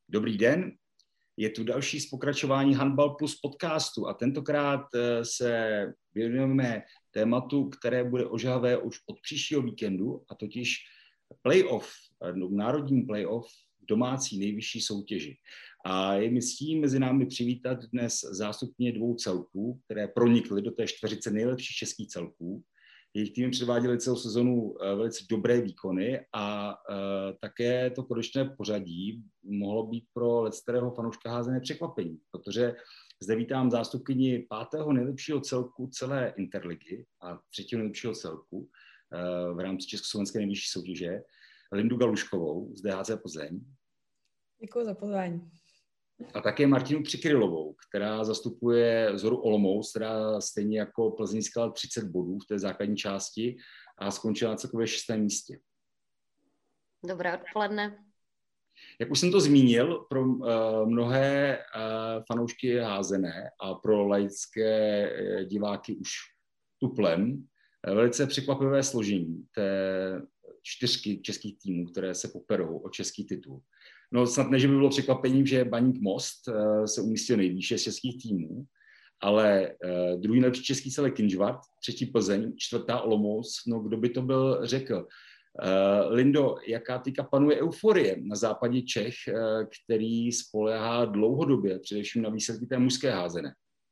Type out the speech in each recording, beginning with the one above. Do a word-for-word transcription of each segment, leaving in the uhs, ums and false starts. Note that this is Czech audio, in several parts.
Dobrý den, je tu další z pokračování Handball Plus podcastu a tentokrát se věnujeme tématu, které bude ožahavé už od příštího víkendu, a totiž playoff, národní playoff v domácí nejvyšší soutěži. A je mi s tím mezi námi přivítat dnes zástupně dvou celků, které pronikly do té čtveřice nejlepších českých celků. Jejich týmy předváděli celou sezonu velice dobré výkony a uh, také to konečné pořadí mohlo být pro lecterého fanouška házené překvapení, protože zde vítám zástupkyni pátého nejlepšího celku celé Interligy a třetího nejlepšího celku uh, v rámci československé nejvyšší soutěže, Lindu Galuškovou z D H C Plzeň. Děkuji za pozvání. A také Martinu Přikrylovou, která zastupuje Zoru Olomouc, která stejně jako Plzeň získala třicet bodů v té základní části a skončila na celkově šestém místě. Dobré odpoledne. Jak už jsem to zmínil, pro uh, mnohé uh, fanoušky házené a pro laické uh, diváky už tuplem, uh, velice překvapivé složení té čtyřky českých týmů, které se poperou o český titul. No snad ne, že by bylo překvapením, že Baník Most uh, se umístil nejvýše z českých týmů, ale uh, druhý nejlepší český celek Kynžvart, třetí Plzeň, čtvrtá Olomouc, no kdo by to byl řekl. Uh, Lindo, jaká týka panuje euforie na západě Čech, uh, který spoléhá dlouhodobě především na výsledky té mužské házené?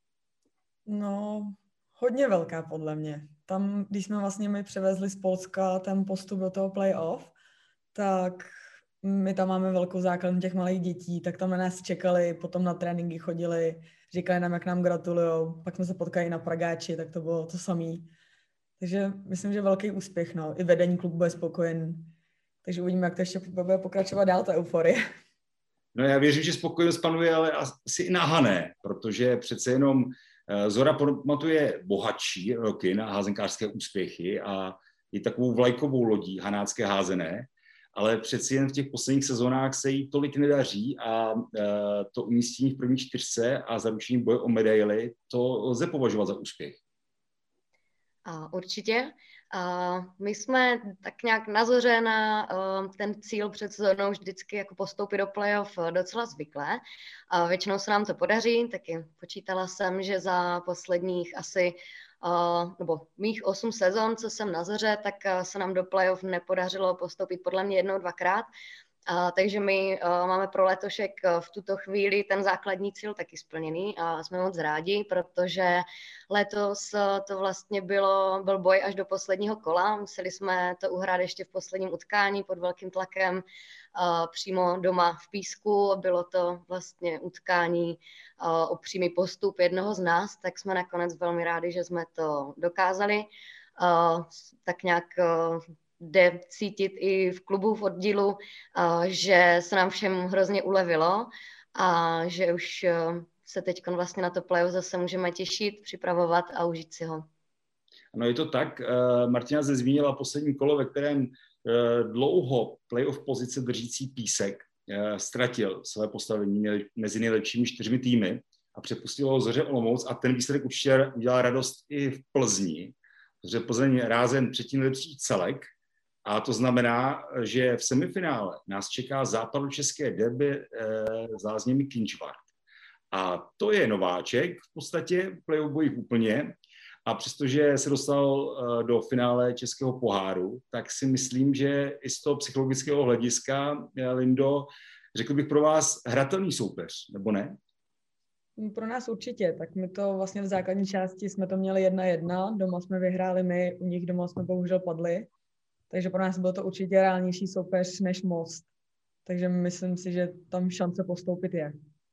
No, hodně velká podle mě. Tam, když jsme vlastně my převezli z Polska ten postup do toho playoff, tak my tam máme velkou základnu těch malých dětí, tak tam na nás čekali, potom na tréninky chodili, říkali nám, jak nám gratulujou, pak jsme se potkali na Pragáči, tak to bylo to samý. Takže myslím, že velký úspěch, no. I vedení klubu bude spokojen. Takže uvidíme, jak to ještě bude pokračovat dál, ta euforie. No já věřím, že spokojenost panuje, ale asi i nahané, protože přece jenom Zora pamatuje bohatší roky na házenkářské úspěchy a je takovou vlajkovou lodí hanácké házené, ale přeci jen v těch posledních sezónách se jí tolik nedaří a to umístění v první čtyřce a zaručení boje o medaily, to lze považovat za úspěch. A určitě. A my jsme tak nějak na Zoře na ten cíl před sezónou vždycky jako postoupit do playoff docela zvyklé. A většinou se nám to podaří, taky počítala jsem, že za posledních asi Uh, nebo mých osm sezon, co jsem na Zoře, tak uh, se nám do playoff nepodařilo postoupit podle mě jednou, dvakrát. Uh, takže my uh, máme pro letošek uh, v tuto chvíli ten základní cíl taky splněný a jsme moc rádi, protože letos uh, to vlastně bylo, byl boj až do posledního kola. Museli jsme to uhrát ještě v posledním utkání pod velkým tlakem uh, přímo doma v Písku. Bylo to vlastně utkání uh, o přímý postup jednoho z nás, tak jsme nakonec velmi rádi, že jsme to dokázali. Uh, tak nějak uh, jde cítit i v klubu, v oddílu, že se nám všem hrozně ulevilo a že už se teď vlastně na to playoff zase můžeme těšit, připravovat a užít si ho. Ano, je to tak. Martina zde zmínila poslední kolo, ve kterém dlouho playoff pozice držící Písek ztratil své postavení mezi nejlepšími čtyřmi týmy a přepustil ho Zoře Olomouc a ten výsledek určitě udělal radost i v Plzni, protože Plzeň rázen třetí nejlepší celek. A to znamená, že v semifinále nás čeká západočeské derby e, s Lázněmi Kynžvart. A to je nováček v podstatě v playoff bojích úplně. A přestože se dostal e, do finále českého poháru, tak si myslím, že i z toho psychologického hlediska, e, Lindo, řekl bych pro vás hratelný soupeř, nebo ne? Pro nás určitě. Tak my to vlastně v základní části jsme to měli jedna jedna, doma jsme vyhráli my, u nich doma jsme bohužel padli. Takže pro nás byl to určitě reálnější soupeř než Most. Takže myslím si, že tam šance postoupit je.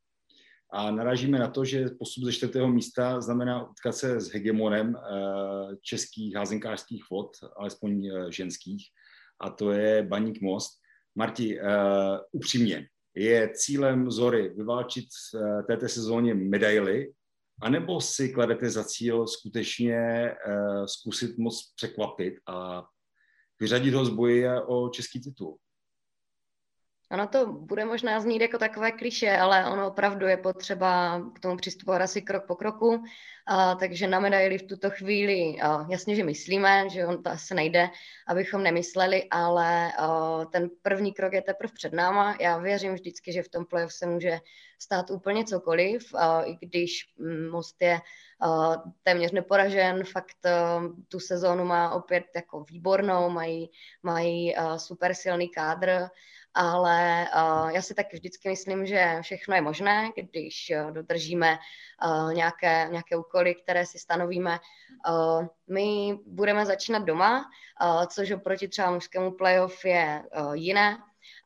A narážíme na to, že postup ze čtvrtého místa znamená utkat se s hegemonem českých házenkářských vod, alespoň ženských, a to je Baník Most. Marti, upřímně, je cílem Zory vyválčit v této sezóně medaily, anebo si kladete za cíl skutečně zkusit moc překvapit a vyřadit ho z boje o český titul? Ono to bude možná znít jako takové klišé, ale ono opravdu je potřeba k tomu přistupovat asi krok po kroku. A, takže na medaili v tuto chvíli, a, jasně, že myslíme, že on to asi nejde, abychom nemysleli, ale a, ten první krok je teprve před náma. Já věřím vždycky, že v tom playoff se může stát úplně cokoliv, a, i když m, Most je a, téměř neporažen, fakt a, tu sezónu má opět jako výbornou, mají, mají a, super silný kádr, ale uh, já si taky vždycky myslím, že všechno je možné, když uh, dodržíme uh, nějaké, nějaké úkoly, které si stanovíme. Uh, my budeme začínat doma, uh, což oproti třeba mužskému playoff je uh, jiné.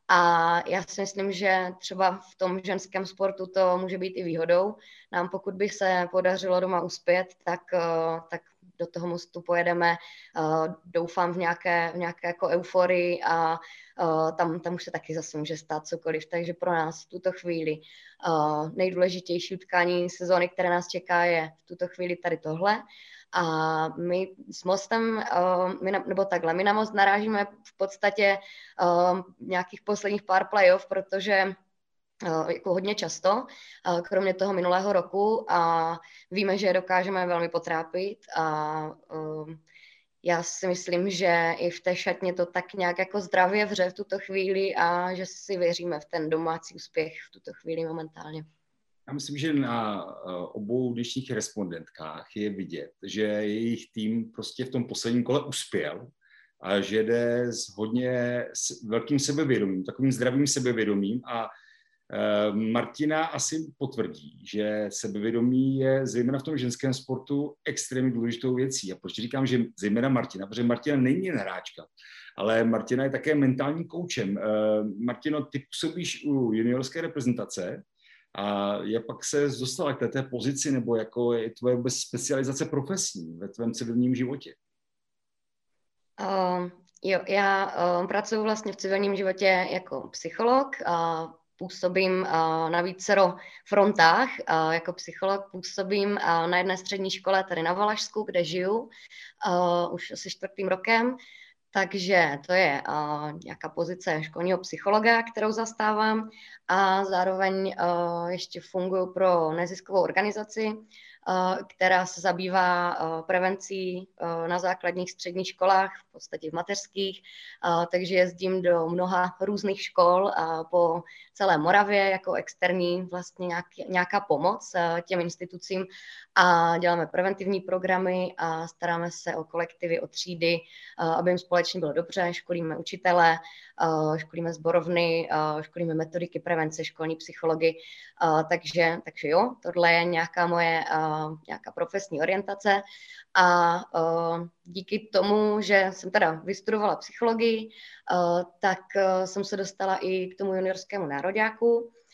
A já si myslím, že třeba v tom ženském sportu to může být i výhodou. Nám pokud by se podařilo doma uspět, tak, uh, tak do toho Mostu pojedeme, uh, doufám v nějaké, v nějaké jako euforii a uh, tam, tam už se taky zase může stát cokoliv. Takže pro nás v tuto chvíli uh, nejdůležitější utkání sezóny, které nás čeká, je v tuto chvíli tady tohle. A my s Mostem, uh, my na, nebo takhle, my na Most narážíme v podstatě uh, nějakých posledních pár playoff, protože Uh, jako hodně často, uh, kromě toho minulého roku, a víme, že je dokážeme velmi potrápit a uh, já si myslím, že i v té šatně to tak nějak jako zdravě vře v tuto chvíli a že si věříme v ten domácí úspěch v tuto chvíli momentálně. Já myslím, že na obou dnešních respondentkách je vidět, že jejich tým prostě v tom posledním kole uspěl a že jde s hodně velkým sebevědomím, takovým zdravým sebevědomím a Martina asi potvrdí, že sebevědomí je zejména v tom ženském sportu extrémně důležitou věcí. A proč říkám, že zejména Martina? Protože Martina není jen hráčka, ale Martina je také mentálním koučem. Martino, ty působíš u juniorské reprezentace a jak pak se dostala k té pozici, nebo jako je tvoje vůbec specializace profesní ve tvém civilním životě? Uh, jo, já uh, pracuji vlastně v civilním životě jako psycholog a uh, působím uh, na vícero frontách. Uh, jako psycholog působím uh, na jedné střední škole tady na Valašsku, kde žiju uh, už asi čtvrtým rokem. Takže to je uh, nějaká pozice školního psychologa, kterou zastávám a zároveň uh, ještě funguji pro neziskovou organizaci, uh, která se zabývá uh, prevencí uh, na základních středních školách, v podstatě v mateřských, uh, takže jezdím do mnoha různých škol uh, po celé Moravě jako externí vlastně nějaký, nějaká pomoc uh, těm institucím a děláme preventivní programy a staráme se o kolektivy, o třídy, uh, aby jim společně bylo dobře, školíme učitele, uh, školíme sborovny, uh, školíme metodiky prevence, školní psychologi, uh, takže, takže jo, tohle je nějaká moje uh, nějaká profesní orientace a uh, díky tomu, že jsem teda vystudovala psychologii, uh, tak uh, jsem se dostala i k tomu juniorskému nároďáku.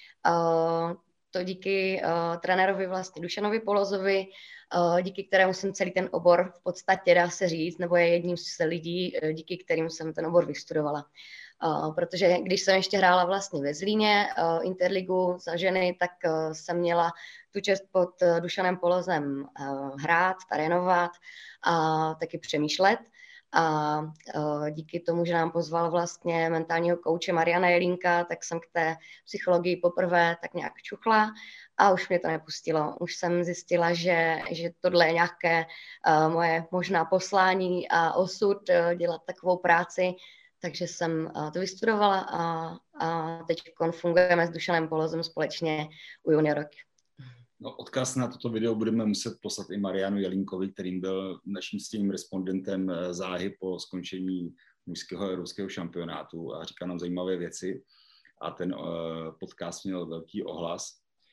Uh, to díky uh, trenérovi vlastně Dušanovi Polozovi, uh, díky kterému jsem celý ten obor v podstatě, dá se říct, nebo je jedním z lidí, uh, díky kterým jsem ten obor vystudovala. Uh, protože když jsem ještě hrála vlastně ve Zlíně uh, Interligu za ženy, tak uh, jsem měla tu čest pod uh, Dušanem Polozem uh, hrát, trénovat a taky přemýšlet. A uh, díky tomu, že nám pozval vlastně mentálního kouče Mariana Jelínka, tak jsem k té psychologii poprvé tak nějak čuchla a už mě to nepustilo. Už jsem zjistila, že, že tohle je nějaké uh, moje možná poslání a osud uh, dělat takovou práci, takže jsem uh, to vystudovala a, a teď fungujeme s Dušanem Polozem společně u juniorok. No, odkaz na toto video budeme muset poslat i Marianu Jelínkovi, kterým byl naším stejným respondentem záhy po skončení mužského evropského šampionátu a říká nám zajímavé věci a ten uh, podcast měl velký ohlas.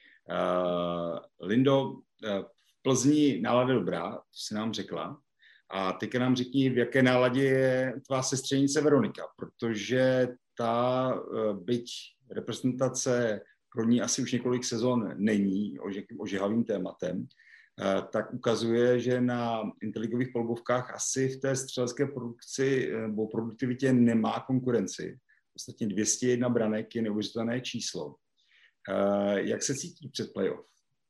Uh, Lindo, uh, v Plzni nálada dobrá, to si nám řekla. A teďka nám řekni, v jaké náladě je tvá sestřenice Veronika, protože ta, uh, byť reprezentace pro ní asi už několik sezon není ožehavým tématem, tak ukazuje, že na interligových polbovkách asi v té střelecké produkci nebo produktivitě nemá konkurenci. Ostatně dvě stě jedna branek je neuvěřitelné číslo. Jak se cítí před playoff?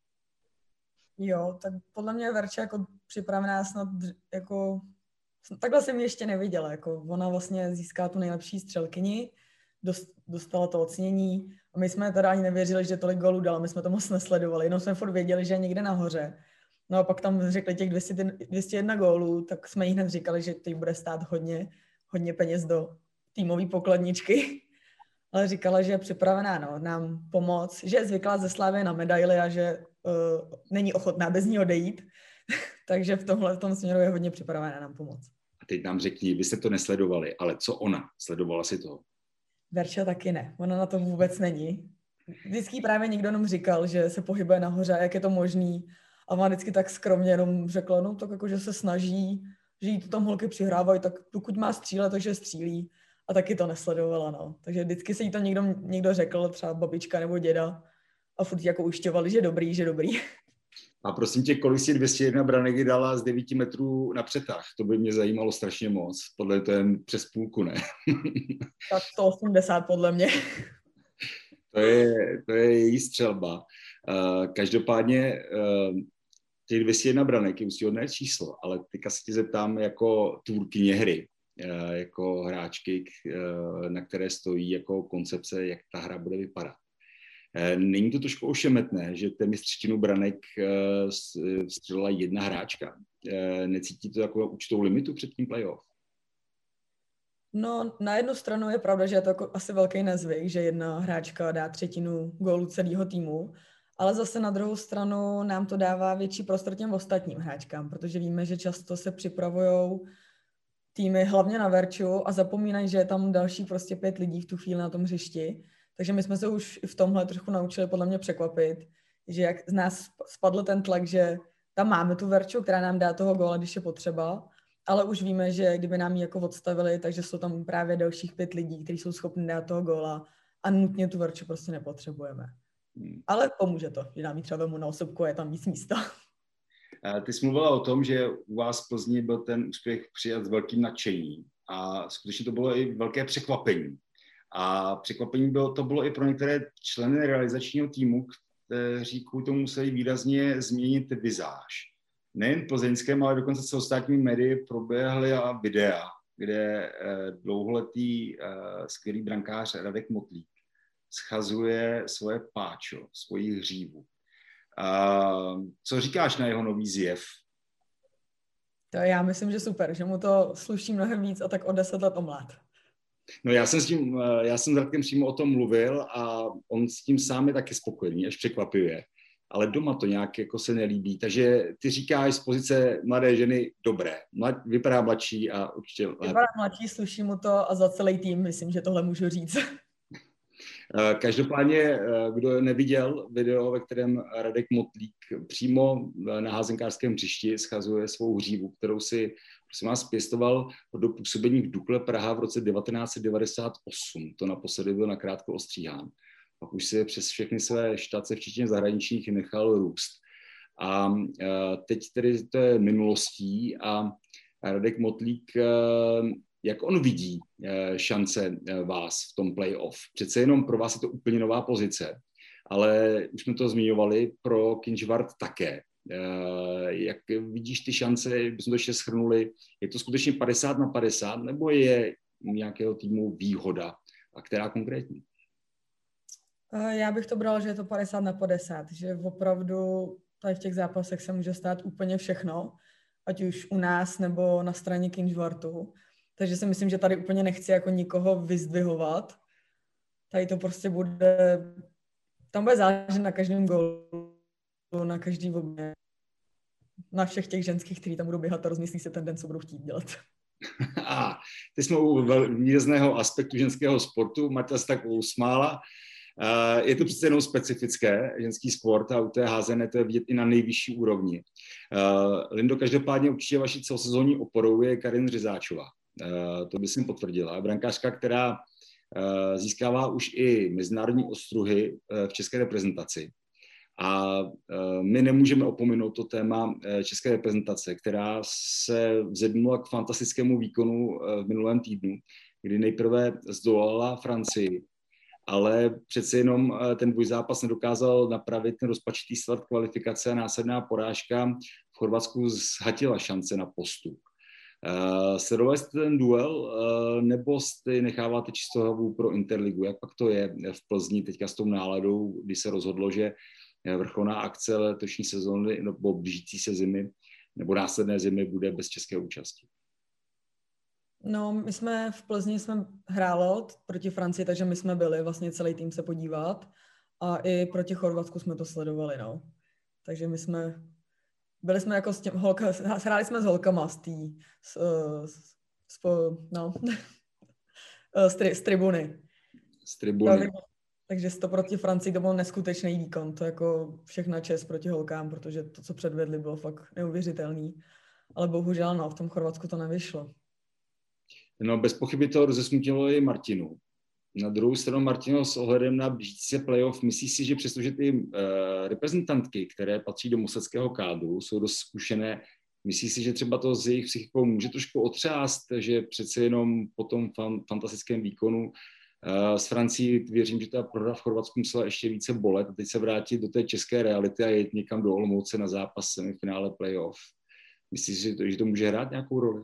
Jo, tak podle mě Verča jako připravená snad jako... Takhle jsem ji ještě neviděla, jako ona vlastně získá tu nejlepší střelkyni dostala to ocenění. A my jsme teda ani nevěřili, že tolik gólů dala, my jsme to moc nesledovali, jenom jsme furt věděli, že je někde nahoře. No a pak tam řekli těch dvě stě jedna gólů, tak jsme jí hned říkali, že teď bude stát hodně, hodně peněz do týmové pokladničky. Ale říkala, že je připravená no, nám pomoct, že je zvyklá ze Slávy na medaily a že uh, není ochotná bez ní odejít. Takže v tomhle v tom směru je hodně připravená nám pomoct. A teď nám řekni, vy jste to nesledovali, ale co ona? Sledovala si to? Verča taky ne. Ona na to vůbec není. Vždycky právě někdo jenom říkal, že se pohybuje nahoře, jak je to možný. A ona vždycky tak skromně jenom řekla, no tak jako, že se snaží, že jí to tam holky přihrávají, tak pokud má střílet, takže střílí. A taky to nesledovala, no. Takže vždycky se jí to někdo, někdo řekl, třeba babička nebo děda, a furt jako ušťovali, že dobrý, že dobrý. A prosím tě, kolik si dvě stě jedna branek dala z devíti metrů na přetah? To by mě zajímalo strašně moc. Podle to jen přes půlku, ne? Tak sto osmdesát podle mě. To je, to je její střelba. Uh, každopádně uh, těch dvě stě jedna branek je úctyhodné číslo, ale teďka se ti zeptám jako tvůrkyně hry, uh, jako hráčky, uh, na které stojí jako koncepce, jak ta hra bude vypadat. Není to trošku ošemetné, že téměř třetinu branek střelila jedna hráčka? Necítí to jako určitou limitu před tím playoff? No, na jednu stranu je pravda, že je to jako asi velký nezvyk, že jedna hráčka dá třetinu gólů celého týmu, ale zase na druhou stranu nám to dává větší prostor těm ostatním hráčkám, protože víme, že často se připravujou týmy hlavně na Verču a zapomínají, že je tam další prostě pět lidí v tu chvíli na tom hřišti. Takže my jsme se už v tomhle trochu naučili podle mě překvapit, že jak z nás spadl ten tlak, že tam máme tu Verču, která nám dá toho góla, když je potřeba, ale už víme, že kdyby nám ji jako odstavili, takže jsou tam právě dalších pět lidí, kteří jsou schopni dát toho góla a nutně tu Verču prostě nepotřebujeme. Hmm. Ale pomůže to, že nám ji třeba vemu na osobku a je tam víc místa. Ty jsi mluvila o tom, že u vás v Plzni byl ten úspěch přijat s velkým nadšením a skutečně to bylo i velké překvapení. A překvapení bylo, to bylo i pro některé členy realizačního týmu, kteří kvůli tomu museli výrazně změnit vizáž. Nejen plzeňském, ale dokonce celostátními médii proběhly videa, kde dlouholetý skvělý brankář Radek Motlík schazuje svoje páčo, svoji hřívu. Co říkáš na jeho nový zjev? To já myslím, že super, že mu to sluší mnohem víc a tak o deset let omlad. No já jsem s tím, já jsem s Radkem přímo o tom mluvil a on s tím sám je taky spokojený, až překvapivě. Ale doma to nějak jako se nelíbí. Takže ty říkáš z pozice mladé ženy dobré. Mlad, vypadá mladší a určitě... Vypadá mladší, sluší mu to a za celý tým myslím, že tohle můžu říct. Každopádně, kdo neviděl video, ve kterém Radek Motlík přímo na házenkářském hřišti schazuje svou hřívu, kterou si, prosím vás, pěstoval do působení v Dukle Praha v roce devatenáct set devadesát osm. To naposledy byl nakrátko ostříhán. Pak už si přes všechny své štace, včetně zahraničních, nechal růst. A teď tedy to je minulostí a Radek Motlík, jak on vidí šance vás v tom play-off? Přece jenom pro vás je to úplně nová pozice, ale už jsme to zmiňovali, pro Kynžvart také. Jak vidíš ty šance, bychom to ještě shrnuli, je to skutečně padesát na padesát, nebo je nějakého týmu výhoda? A která konkrétní? Já bych to brala, že je to padesát na padesát, že opravdu tady v těch zápasech se může stát úplně všechno, ať už u nás nebo na straně Kynžvartu. Takže si myslím, že tady úplně nechci jako nikoho vyzdvihovat. Tady to prostě bude, tam bude záležet na každém gólu, na každý obě, na všech těch ženských, kteří tam budou běhat a rozmyslí se ten den, co budou chtít dělat. A ty jsme u výrazného aspektu ženského sportu, Marta se tak usmála. Je to přece jenom specifické, ženský sport, a u té házené to je vidět i na nejvyšší úrovni. Lindo, každopádně určitě vaší celosezónní oporou je Karin Řezáčová. To by jsem potvrdila. Brankářka, která získává už i mezinárodní ostruhy v české reprezentaci. A my nemůžeme opominout to téma české reprezentace, která se vzedmula k fantastickému výkonu v minulém týdnu, kdy nejprve zdolala Francii, ale přece jenom ten dvojzápas nedokázal napravit ten rozpačitý start kvalifikace a následná porážka v Chorvatsku zhatila šance na postup. Uh, Sledovali jste ten duel, uh, nebo jste necháváte čistou hlavu pro Interligu? Jak pak to je v Plzni teďka s tou náladou, kdy se rozhodlo, že vrcholná akce letošní sezóny nebo blížící se zimy nebo následné zimy bude bez české účasti? No, my jsme v Plzni jsme hráli proti Francii, takže my jsme byli vlastně celý tým se podívat a i proti Chorvatsku jsme to sledovali, no. Takže my jsme, byli jsme jako s těm holka, hráli jsme s holkama z tý, z, z, z, no, z, tri, z tribuny. Z tribuny. Takže to proti Francii to byl neskutečný výkon, to jako všechna čest proti holkám, protože to, co předvedli, bylo fakt neuvěřitelný. Ale bohužel, no, v tom Chorvatsku to nevyšlo. No, bez pochyby to rozesmutilo i Martinu. Na druhou stranu, Martino, s ohledem na blížící se playoff, myslí si, že přestože ty uh, reprezentantky, které patří do mosteckého kádru, jsou dost zkušené, myslí si, že třeba to s jejich psychikou může trošku otřást, že přece jenom po tom fan, fantastickém výkonu uh, s Francií věřím, že ta prohra v Chorvatsku musela ještě více bolet a teď se vrátit do té české reality a jet někam do Olomouce na zápas semifinále playoff. Myslíš si, že to, že to může hrát nějakou roli?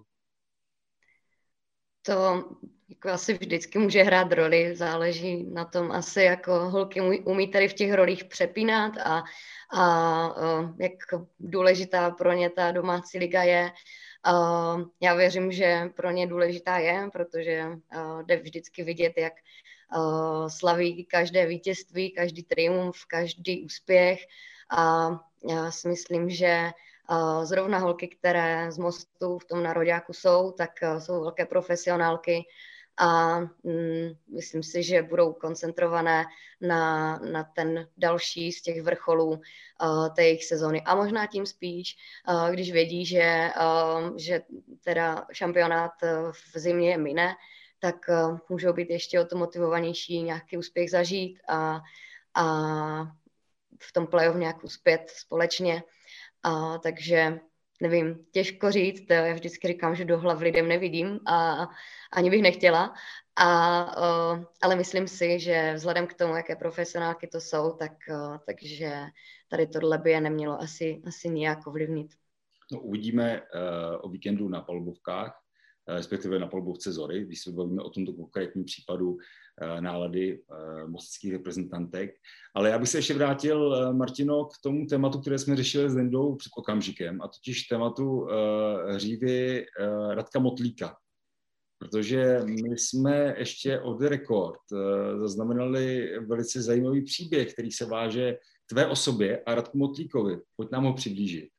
To jako asi vždycky může hrát roli, záleží na tom asi, jako holky umí tady v těch rolích přepínat a, a, a jak důležitá pro ně ta domácí liga je. A já věřím, že pro ně důležitá je, protože a, jde vždycky vidět, jak a, slaví každé vítězství, každý triumf, každý úspěch a já si myslím, že Uh, zrovna holky, které z Mostu v tom nároďáku jsou, tak uh, jsou velké profesionálky a mm, myslím si, že budou koncentrované na, na ten další z těch vrcholů uh, té jejich sezóny. A možná tím spíš, uh, když vědí, že, uh, že teda šampionát uh, v zimě je mine, tak uh, můžou být ještě o to motivovanější nějaký úspěch zažít a, a v tom playoff nějak uspět společně. A, takže nevím, těžko říct, já vždycky říkám, že do hlav lidem nevidím a ani bych nechtěla, a, uh, ale myslím si, že vzhledem k tomu, jaké profesionálky to jsou, tak, uh, takže tady tohle by je nemělo asi, asi nijak ovlivnit. No, uvidíme uh, o víkendu na palubovkách, respektive na palubovce Zory, když se bavíme o tomto konkrétním případu uh, nálady uh, mosteckých reprezentantek. Ale já bych se ještě vrátil, uh, Martino, k tomu tématu, které jsme řešili s Lindou před okamžikem, a totiž tématu uh, hřívy uh, Radka Motlíka. Protože my jsme ještě od Rekord uh, zaznamenali velice zajímavý příběh, který se váže k tvé osobě a Radku Motlíkovi. Pojď nám ho přiblížit.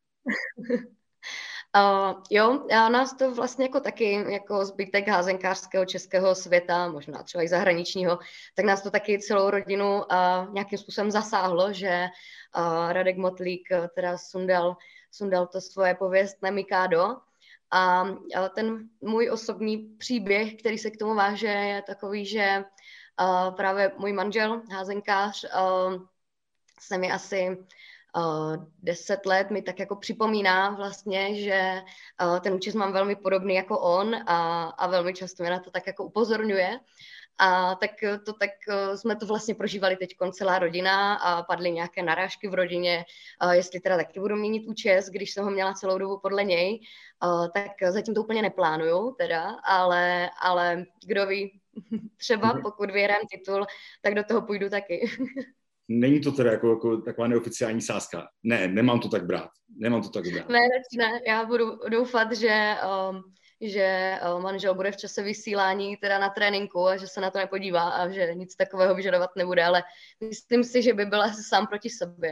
Uh, jo, a nás to vlastně jako taky, jako zbytek házenkářského českého světa, možná třeba i zahraničního, tak nás to taky celou rodinu uh, nějakým způsobem zasáhlo, že uh, Radek Motlík uh, teda sundal, sundal to svoje pověstné Mikado. A uh, ten můj osobní příběh, který se k tomu váže, je takový, že uh, právě můj manžel, házenkář, uh, se mi asi Uh, deset let mi tak jako připomíná vlastně, že uh, ten účes mám velmi podobný jako on a, a velmi často mě na to tak jako upozorňuje. A tak to tak uh, jsme to vlastně prožívali teď celá rodina a padly nějaké narážky v rodině, uh, jestli teda taky budu měnit účes, když jsem ho měla celou dobu podle něj, uh, tak zatím to úplně neplánuju teda, ale, ale kdo ví, třeba pokud vyhrám titul, tak do toho půjdu taky. Není to teda jako, jako taková neoficiální sázka. Ne, nemám to tak brát. Nemám to tak brát. Ne, ne, já budu doufat, že, um, že um, manžel bude v čase vysílání teda na tréninku a že se na to nepodívá a že nic takového vyžadovat nebude, ale myslím si, že by byla sám proti sobě.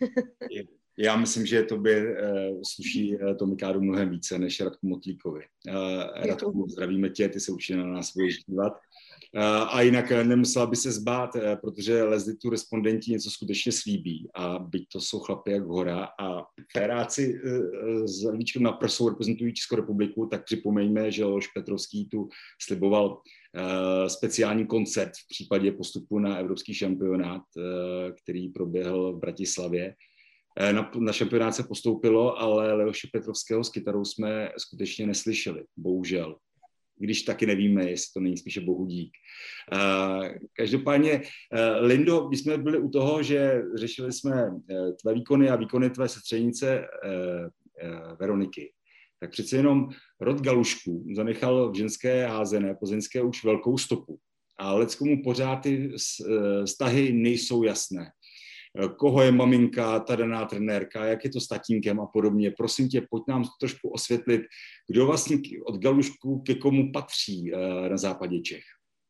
Já myslím, že tobě uh, sluší uh, to Mikádu mnohem více než Radku Motlíkovi. Uh, Radku, zdravíme tě, ty se určitě na nás budeš dívat. A jinak nemusela by se zbát, protože lezli tu respondenti něco skutečně slíbí a byť to jsou chlapi jak hora a féráci s líčkem na prsou reprezentují Českou republiku, tak připomeňme, že Leoš Petrovský tu sliboval speciální koncert v případě postupu na evropský šampionát, který proběhl v Bratislavě. Na, na šampionát se postoupilo, ale Leoše Petrovského s kytarou jsme skutečně neslyšeli, bohužel. Když taky nevíme, jestli to není spíše bohu dík. Uh, každopádně, uh, Lindo, když jsme byli u toho, že řešili jsme uh, tvé výkony a výkony tvé sestřenice uh, uh, Veroniky, tak přece jenom rod Galušků zanechal v ženské házené plzeňské už velkou stopu. A leckomu pořád ty vztahy nejsou jasné. Koho je maminka, ta daná trenérka, jak je to s tatínkem a podobně. Prosím tě, pojď nám trošku osvětlit, kdo vlastně od Galušků ke komu patří na západě Čech.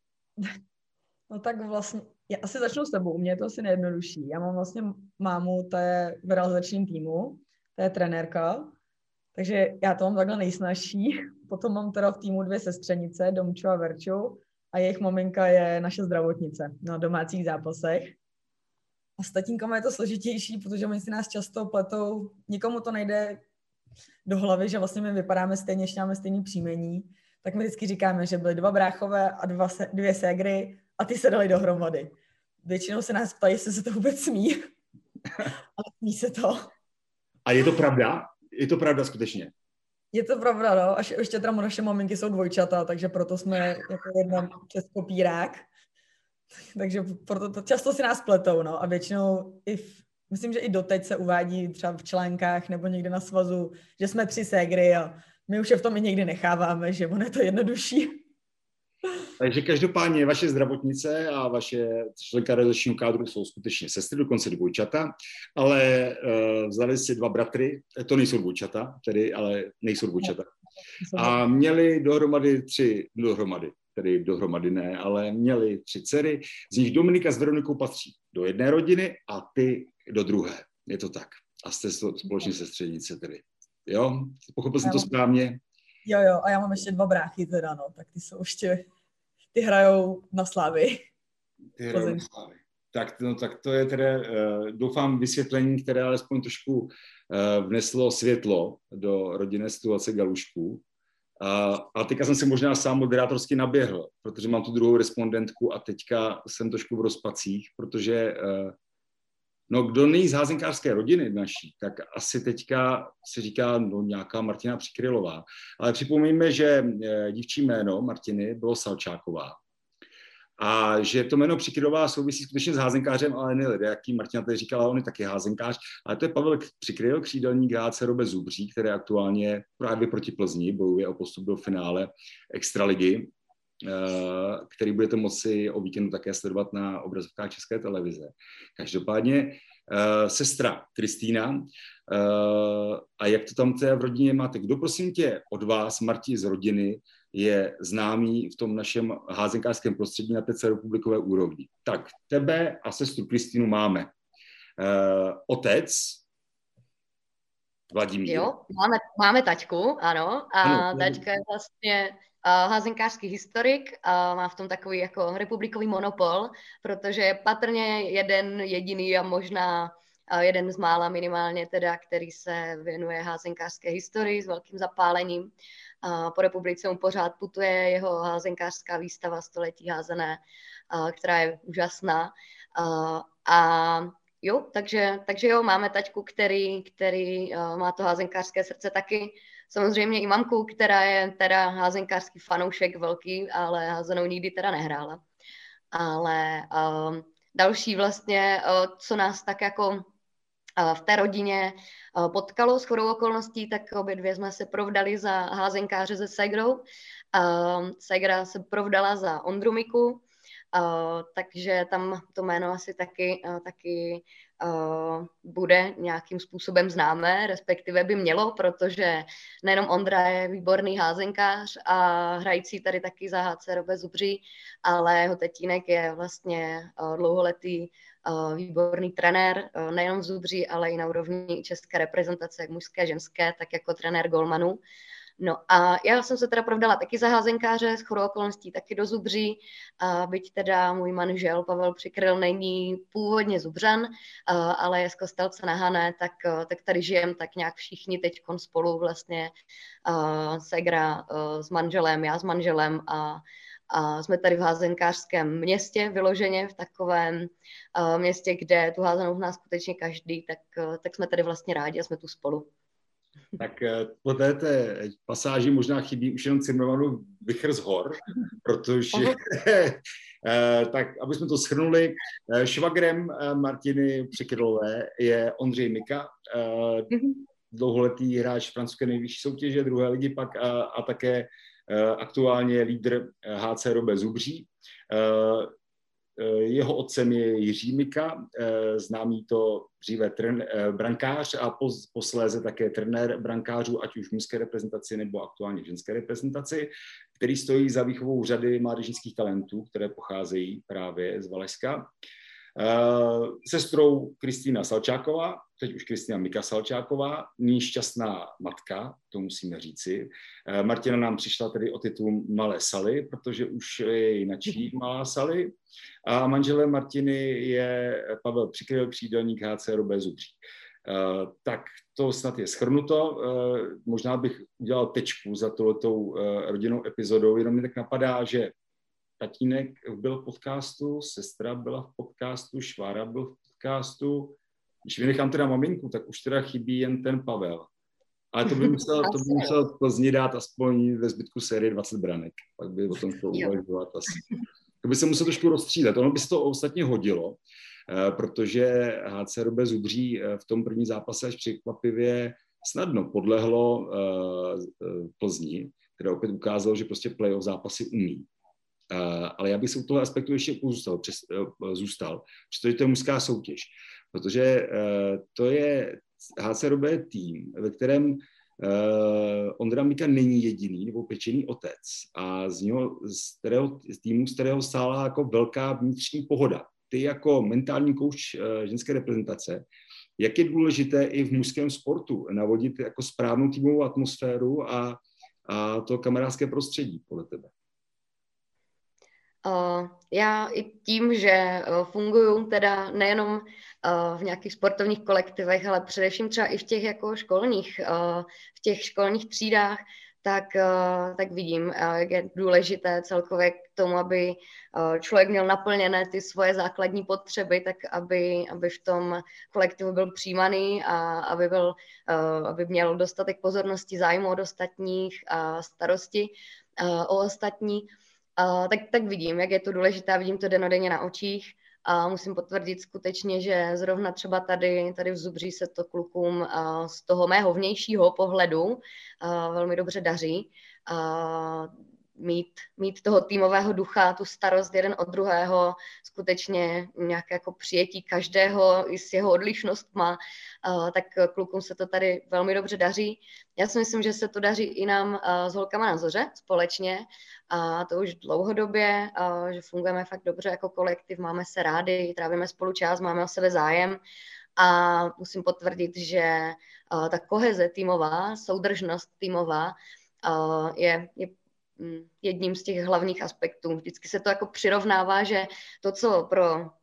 No tak vlastně, já asi začnu s tebou, u mě je to asi nejjednodušší. Já mám vlastně mámu, ta je v realizačním týmu, ta je trenérka, takže já to mám takhle nejsnažší. Potom mám teda v týmu dvě sestřenice, Domču a Verču, a jejich maminka je naše zdravotnice na domácích zápasech. A s tatínkama je to složitější, protože oni si nás často pletou, nikomu to nejde do hlavy, že vlastně my vypadáme stejně, že máme stejný příjmení, tak my vždycky říkáme, že byly dva bráchové a dva se, dvě ségry a ty se dali dohromady. Většinou se nás ptají, jestli se to vůbec smí, ale smí se to. A je to pravda? Je to pravda skutečně? Je to pravda, no. Až ještě teda naše maminky jsou dvojčata, takže proto jsme jako jedna přes kopírák. Takže proto to často si nás pletou, no. A většinou, i v, myslím, že i doteď se uvádí třeba v článkách nebo někde na svazu, že jsme tři ségry a my už je v tom i někdy necháváme, že ono je to jednodušší. Takže každopádně vaše zdravotnice a vaše členka realizačního kádru jsou skutečně sestry, dokonce dvojčata, ale uh, vzali si dva bratry, to nejsou dvojčata, tedy, ale nejsou dvojčata. A měli dohromady tři, dohromady, tedy dohromady ne, ale měli tři dcery, z nich Dominika s Veronikou patří do jedné rodiny a ty do druhé. Je to tak. A jste společně sestřenice tedy. Jo? Pochopil jsem to správně? Jo, jo, a já mám ještě dva bráchy teda, no, tak ty jsou ještě, ty hrajou na Slávy. Ty hrajou na Slávy. Tak, no, tak to je teda, uh, doufám, vysvětlení, které alespoň trošku uh, vneslo světlo do rodinné situace Galušků. Uh, a teďka jsem si možná sám moderátorsky naběhl, protože mám tu druhou respondentku a teďka jsem trošku v rozpacích, protože uh, no, kdo není z házenkářské rodiny naší, tak asi teďka se říká no, nějaká Martina Přikrylová. Ale připomeňme, že dívčí jméno Martiny bylo Salčáková. A že to jméno Přikrylová souvisí skutečně s házenkářem, ale ne lidé, jaký Martina tady říkala, on je taky házenkář. Ale to je Pavel Přikryl, křídelník H C Robe Zubří, který aktuálně právě proti Plzni bojuje o postup do finále extraligy, který budete moci o víkendu také sledovat na obrazovkách České televize. Každopádně uh, sestra Kristýna, uh, a jak to tam v rodině máte? Kdo prosím tě od vás, Marti, z rodiny, je známý v tom našem házenkářském prostředí na té celorepublikové úrovni? Tak, tebe a sestru Kristýnu máme. Uh, otec Vladimír. Jo, máme, máme taťku, ano, a ano, taťka je vlastně Uh, házenkářský historik, uh, má v tom takový jako republikový monopol, protože je patrně jeden jediný a možná uh, jeden z mála minimálně teda, který se věnuje házenkářské historii s velkým zapálením. Uh, po republice mu pořád putuje jeho házenkářská výstava Století házené, uh, která je úžasná. Uh, a jo, takže, takže jo, máme taťku, který, který uh, má to házenkářské srdce taky. Samozřejmě i mamku, která je teda házenkářský fanoušek velký, ale házenou nikdy teda nehrála. Ale um, další vlastně, uh, co nás tak jako uh, v té rodině uh, potkalo s shodou okolností, tak obě dvě jsme se provdali za házenkáře se Segrou. Uh, Segra se provdala za Ondru Miku, Uh, takže tam to jméno asi taky, uh, taky uh, bude nějakým způsobem známé, respektive by mělo, protože nejenom Ondra je výborný házenkář a hrající tady taky za H C Robe Zubří, ale jeho tatínek je vlastně uh, dlouholetý uh, výborný trenér, uh, nejenom v Zubří, ale i na úrovni české reprezentace, jak mužské, ženské, tak jako trenér golmanů. No a já jsem se teda provdala taky za házenkáře, shodou okolností taky do Zubří, a byť teda můj manžel Pavel Přikryl není původně Zubřan, ale je z Kostelce na Hané, tak, tak tady žijem tak nějak všichni teďkon spolu vlastně, uh, Segra uh, s manželem, já s manželem a A jsme tady v házenkářském městě, vyloženě v takovém uh, městě, kde tu házenou zná skutečně každý, tak, uh, tak jsme tady vlastně rádi a jsme tu spolu. Tak po této pasáži možná chybí už jenom Cimrmanu Vichr z hor, protože, tak aby jsme to shrnuli, švagrem Martiny Přikrylové je Ondřej Mika, dlouholetý hráč francouzské nejvyšší soutěže, druhé ligy pak a, a také aktuálně lídr H C Robé Zubří. Jeho otcem je Jiří Mika, známý to dříve tren, brankář a posléze také trenér brankářů, ať už v mužské reprezentaci nebo aktuálně v ženské reprezentaci, který stojí za výchovou řady mládežnických talentů, které pocházejí právě z Valašska. Sestrou Kristýna Salčáková, teď už Kristýna Mika Salčáková, nyní šťastná matka, to musíme říci. Martina nám přišla tedy o titul Malé Sally, protože už je jinačí Malá Sally. A manželem Martiny je Pavel Přikryl, křídelník H C Robé Zubří. Uh, tak to snad je shrnuto. Uh, možná bych udělal tečku za touhletou uh, rodinnou epizodou, jenom mi tak napadá, že tatínek byl v podcastu, sestra byla v podcastu, švára byl v podcastu. Když vynechám teda maminku, tak už teda chybí jen ten Pavel. Ale to by musel, to by musel v Plzni dát aspoň ve zbytku série dvacet branek. Pak by o tom chtěl uvažovat asi. To by se musel trošku rozstřílet. Ono by se to ostatně hodilo, protože H C Robé Zubří v tom prvním zápase až překvapivě snadno podlehlo Plzni, které opět ukázalo, že prostě playoff zápasy umí. Ale já bych se u toho aspektu ještě zůstal, přes, zůstal, protože to je mužská soutěž. Protože to je H C Robé tým, ve kterém Ondra Mika není jediný nebo pečený otec a z, něho, z, kterého, z týmu, z kterého stála jako velká vnitřní pohoda. Ty jako mentální kouč ženské reprezentace, jak je důležité i v mužském sportu navodit jako správnou týmovou atmosféru a, a to kamarádské prostředí podle tebe? Uh, já i tím, že uh, funguju teda nejenom uh, v nějakých sportovních kolektivech, ale především třeba i v těch jako školních, uh, v těch školních třídách, tak, uh, tak vidím, uh, jak je důležité celkově k tomu, aby uh, člověk měl naplněné ty svoje základní potřeby, tak aby, aby v tom kolektivu byl přijímaný a aby, byl, uh, aby měl dostatek pozornosti, zájmu od ostatních a starosti uh, o ostatní. Uh, tak, tak vidím, jak je to důležité, vidím to dennodenně na očích a musím potvrdit skutečně, že zrovna třeba tady, tady v Zubří se to klukům uh, z toho mého vnějšího pohledu uh, velmi dobře daří. Uh, mít, mít toho týmového ducha, tu starost jeden od druhého, skutečně nějaké jako přijetí každého i s jeho odlišnostma, uh, tak klukům se to tady velmi dobře daří. Já si myslím, že se to daří i nám uh, s holkama na Zoře společně a to už dlouhodobě, uh, že fungujeme fakt dobře jako kolektiv, máme se rádi, trávíme spolu čas, máme o sebe zájem a musím potvrdit, že uh, ta koheze týmová, soudržnost týmová uh, je, je jedním z těch hlavních aspektů. Vždycky se to jako přirovnává, že to, co pro uh,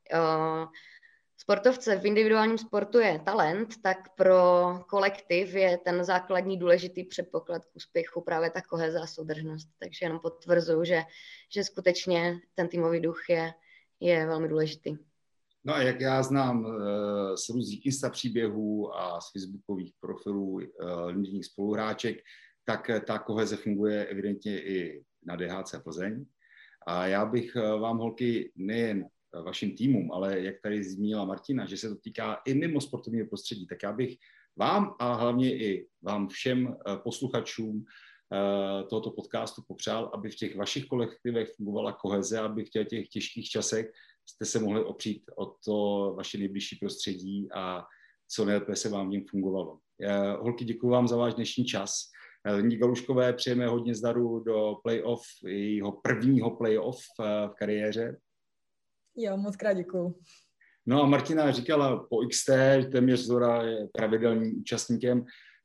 sportovce v individuálním sportu je talent, tak pro kolektiv je ten základní důležitý předpoklad k úspěchu právě ta koheze a soudržnost. Takže jenom potvrzuju, že, že skutečně ten týmový duch je, je velmi důležitý. No a jak já znám uh, z různých Insta příběhů a z facebookových profilů uh, lidních spoluhráček, tak ta koheze funguje evidentně i na D H C Plzeň. A já bych vám, holky, nejen vašim týmům, ale jak tady zmínila Martina, že se to týká i mimo sportovního prostředí, tak já bych vám a hlavně i vám všem posluchačům tohoto podcastu popřál, aby v těch vašich kolektivech fungovala koheze, aby v těch těžkých časech jste se mohli opřít o to vaše nejbližší prostředí a co nejlépe se vám v něm fungovalo. Holky, děkuji vám za váš dnešní čas. Lení Galuškové přejeme hodně zdaru do playoff, jeho prvního playoff v kariéře. Jo, moc krát děkuju. No a Martina říkala po X T, téměř Zora je pravidelným účastníkem,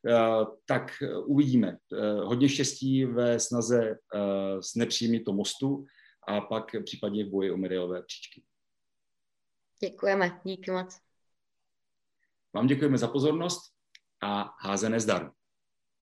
tak uvidíme. Hodně štěstí ve snaze s nepříjmy to mostu a pak případně v boji o medailové příčky. Děkujeme, díky moc. Vám děkujeme za pozornost a házené zdaru.